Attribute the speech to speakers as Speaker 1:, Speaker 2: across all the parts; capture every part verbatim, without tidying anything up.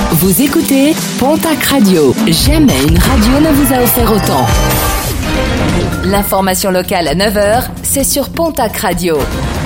Speaker 1: Vous écoutez Pontac Radio. Jamais une radio ne vous a offert autant. L'information locale à neuf heures, c'est sur Pontac Radio.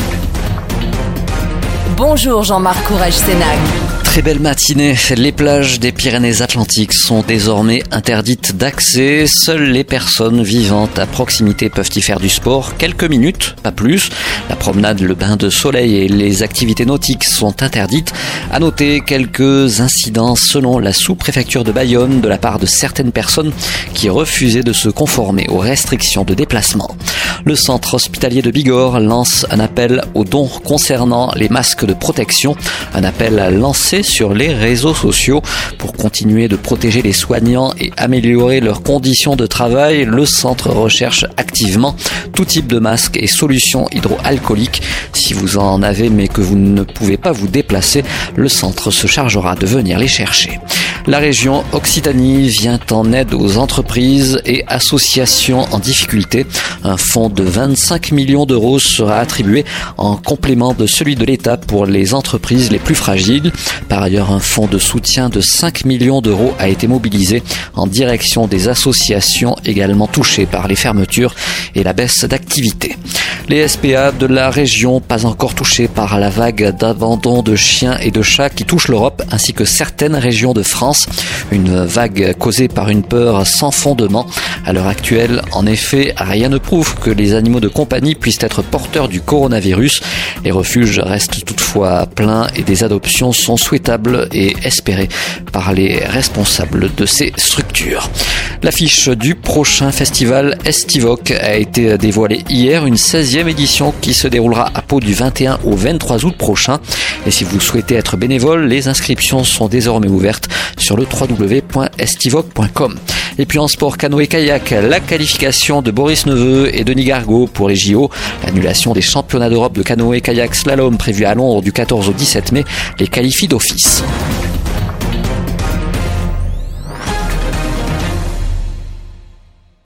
Speaker 1: Bonjour Jean-Marc Courage-Sénac.
Speaker 2: Très belle matinée. Les plages des Pyrénées-Atlantiques sont désormais interdites d'accès. Seules les personnes vivant à proximité peuvent y faire du sport. Quelques minutes, pas plus. La promenade, le bain de soleil et les activités nautiques sont interdites. À noter quelques incidents selon la sous-préfecture de Bayonne de la part de certaines personnes qui refusaient de se conformer aux restrictions de déplacement. Le centre hospitalier de Bigorre lance un appel aux dons concernant les masques de protection. Un appel lancé sur les réseaux sociaux pour continuer de protéger les soignants et améliorer leurs conditions de travail. Le centre recherche activement tout type de masques et solutions hydroalcooliques. Si vous en avez mais que vous ne pouvez pas vous déplacer, le centre se chargera de venir les chercher. La région Occitanie vient en aide aux entreprises et associations en difficulté. Un fonds de vingt-cinq millions d'euros sera attribué en complément de celui de l'État pour les entreprises les plus fragiles. Par ailleurs, un fonds de soutien de cinq millions d'euros a été mobilisé en direction des associations également touchées par les fermetures et la baisse d'activité. Les S P A de la région, pas encore touchés par la vague d'abandon de chiens et de chats qui touche l'Europe ainsi que certaines régions de France. Une vague causée par une peur sans fondement. À l'heure actuelle, en effet, rien ne prouve que les animaux de compagnie puissent être porteurs du coronavirus. Les refuges restent toutefois pleins et des adoptions sont souhaitables et espérées par les responsables de ces structures. L'affiche du prochain festival Estivoque a été dévoilée hier, une seizième édition qui se déroulera à Pau du vingt et un au vingt-trois août prochain. Et si vous souhaitez être bénévole, les inscriptions sont désormais ouvertes sur le w w w point estivoque point com. Et puis en sport canoë-kayak, la qualification de Boris Neveu et Denis Gargaud pour les J O. L'annulation des championnats d'Europe de canoë-kayak slalom prévus à Londres du quatorze au dix-sept mai les qualifie d'office.